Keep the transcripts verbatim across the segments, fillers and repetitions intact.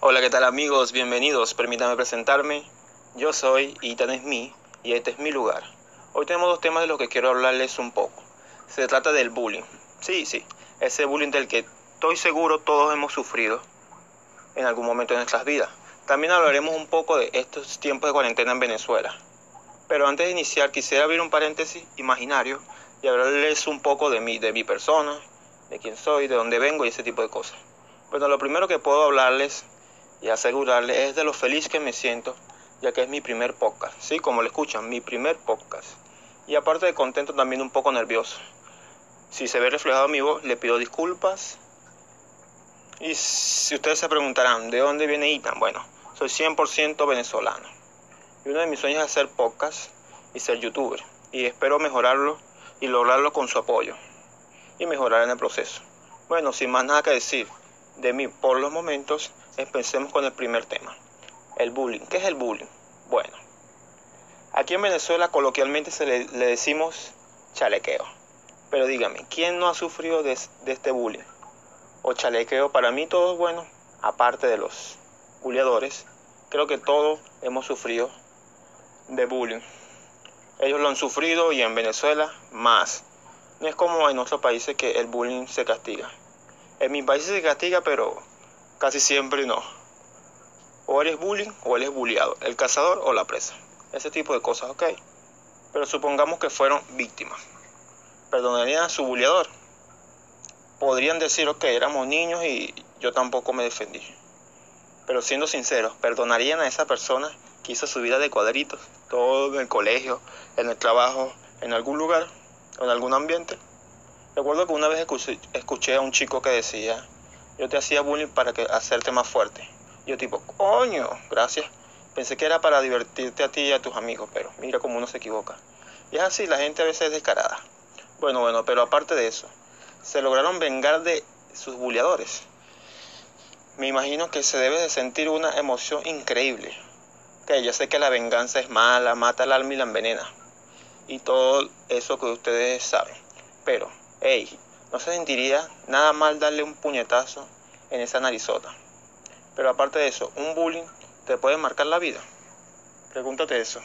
Hola, ¿qué tal amigos? Bienvenidos. Permítame presentarme. Yo soy Ethan Smith y este es mi lugar. Hoy tenemos dos temas de los que quiero hablarles un poco. Se trata del bullying. Sí, sí, ese bullying del que estoy seguro todos hemos sufrido en algún momento de nuestras vidas. También hablaremos un poco de estos tiempos de cuarentena en Venezuela. Pero antes de iniciar quisiera abrir un paréntesis imaginario y hablarles un poco de mí, de mi persona, de quién soy, de dónde vengo y ese tipo de cosas. Bueno, lo primero que puedo hablarles y asegurarles es de lo feliz que me siento, ya que es mi primer podcast, sí, como lo escuchan, mi primer podcast. Y aparte de contento, también un poco nervioso. Si se ve reflejado mi voz, le pido disculpas. Y si ustedes se preguntarán, ¿de dónde viene Ethan? Bueno, soy cien por ciento venezolano. Y uno de mis sueños es hacer podcast y ser youtuber. Y espero mejorarlo y lograrlo con su apoyo. Y mejorar en el proceso. Bueno, sin más nada que decir de mí por los momentos, empecemos con el primer tema. El bullying. ¿Qué es el bullying? Bueno, aquí en Venezuela coloquialmente se le, le decimos chalequeo. Pero dígame, ¿quién no ha sufrido de, de este bullying? O chalequeo, para mí todo es bueno, aparte de los bulleadores. Creo que todos hemos sufrido de bullying. Ellos lo han sufrido y en Venezuela más. No es como en otros países que el bullying se castiga. En mi país se castiga, pero casi siempre no. O eres bullying o eres bulliado, el cazador o la presa. Ese tipo de cosas, ok. Pero supongamos que fueron víctimas. ¿Perdonarían a su bulliador? Podrían decir, ok, éramos niños y yo tampoco me defendí. Pero siendo sinceros, ¿perdonarían a esa persona que hizo su vida de cuadritos? Todo en el colegio, en el trabajo, en algún lugar, en algún ambiente. Recuerdo que una vez escuché, escuché a un chico que decía, yo te hacía bullying para que, hacerte más fuerte. Yo tipo, coño, gracias. Pensé que era para divertirte a ti y a tus amigos, pero mira cómo uno se equivoca. Y es así, la gente a veces es descarada. Bueno, bueno, pero aparte de eso, se lograron vengar de sus bulleadores. Me imagino que se debe de sentir una emoción increíble. Que yo sé que la venganza es mala, mata el alma y la envenena. Y todo eso que ustedes saben. Pero, hey, no se sentiría nada mal darle un puñetazo en esa narizota. Pero aparte de eso, ¿un bullying te puede marcar la vida? Pregúntate eso.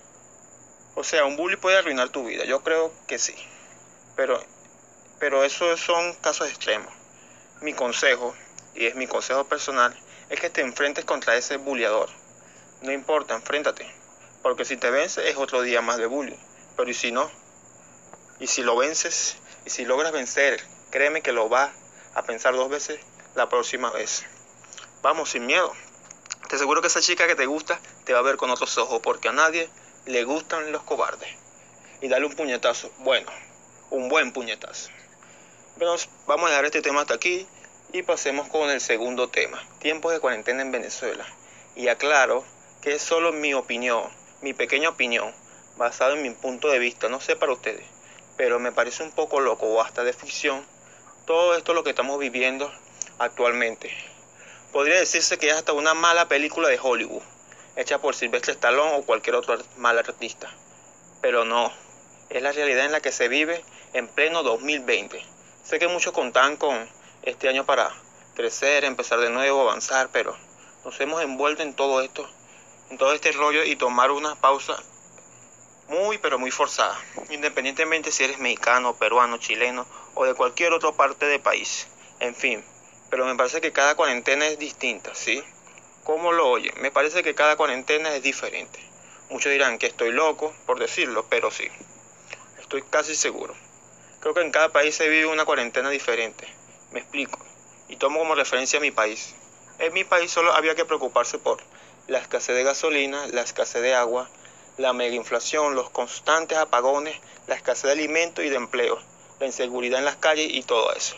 O sea, ¿un bullying puede arruinar tu vida? Yo creo que sí. Pero, pero esos son casos extremos. Mi consejo, y es mi consejo personal, es que te enfrentes contra ese bulliador. No importa, enfréntate. Porque si te vences es otro día más de bullying. Pero ¿y si no? Y si lo vences, y si logras vencer, créeme que lo vas a pensar dos veces la próxima vez. Vamos, sin miedo. Te aseguro que esa chica que te gusta te va a ver con otros ojos, porque a nadie le gustan los cobardes. Y dale un puñetazo, bueno, un buen puñetazo. Pero vamos a dejar este tema hasta aquí y pasemos con el segundo tema. Tiempos de cuarentena en Venezuela. Y aclaro que es solo mi opinión, mi pequeña opinión, basada en mi punto de vista, no sé para ustedes. Pero me parece un poco loco o hasta de ficción todo esto lo que estamos viviendo actualmente. Podría decirse que es hasta una mala película de Hollywood, hecha por Sylvester Stallone o cualquier otro mal artista. Pero no, es la realidad en la que se vive en pleno dos mil veinte. Sé que muchos contan con este año para crecer, empezar de nuevo, avanzar, pero nos hemos envuelto en todo esto, en todo este rollo y tomar una pausa muy pero muy forzada, independientemente si eres mexicano, peruano, chileno o de cualquier otra parte del país. En fin, pero me parece que cada cuarentena es distinta, ¿sí? ¿Cómo lo oyen? Me parece que cada cuarentena es diferente. Muchos dirán que estoy loco por decirlo, pero sí, estoy casi seguro. Creo que en cada país se vive una cuarentena diferente. Me explico, y tomo como referencia a mi país. En mi país solo había que preocuparse por la escasez de gasolina, la escasez de agua, la mega inflación, los constantes apagones, la escasez de alimentos y de empleo, la inseguridad en las calles y todo eso.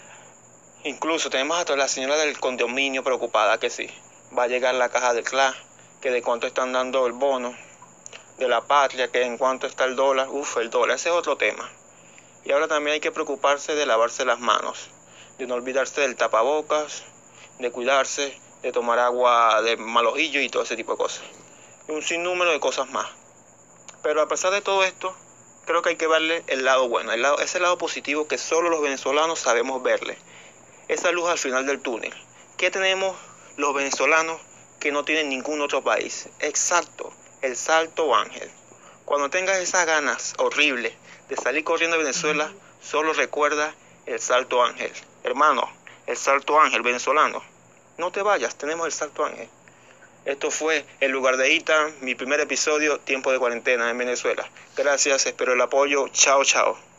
Incluso tenemos hasta la señora del condominio preocupada que sí, va a llegar la caja del C L A, que de cuánto están dando el bono, de la patria, que en cuánto está el dólar, uff, el dólar, ese es otro tema. Y ahora también hay que preocuparse de lavarse las manos, de no olvidarse del tapabocas, de cuidarse, de tomar agua de mal ojillo y todo ese tipo de cosas. Y un sinnúmero de cosas más. Pero a pesar de todo esto, creo que hay que verle el lado bueno, el lado, ese lado positivo que solo los venezolanos sabemos verle. Esa luz al final del túnel. ¿Qué tenemos los venezolanos que no tienen ningún otro país. Exacto, el Salto Ángel. Cuando tengas esas ganas horribles de salir corriendo de Venezuela, solo recuerda el Salto Ángel. Hermano, el Salto Ángel venezolano. No te vayas, tenemos el Salto Ángel. Esto fue El Lugar de Ethan, mi primer episodio, tiempo de cuarentena en Venezuela. Gracias, espero el apoyo. Chao, chao.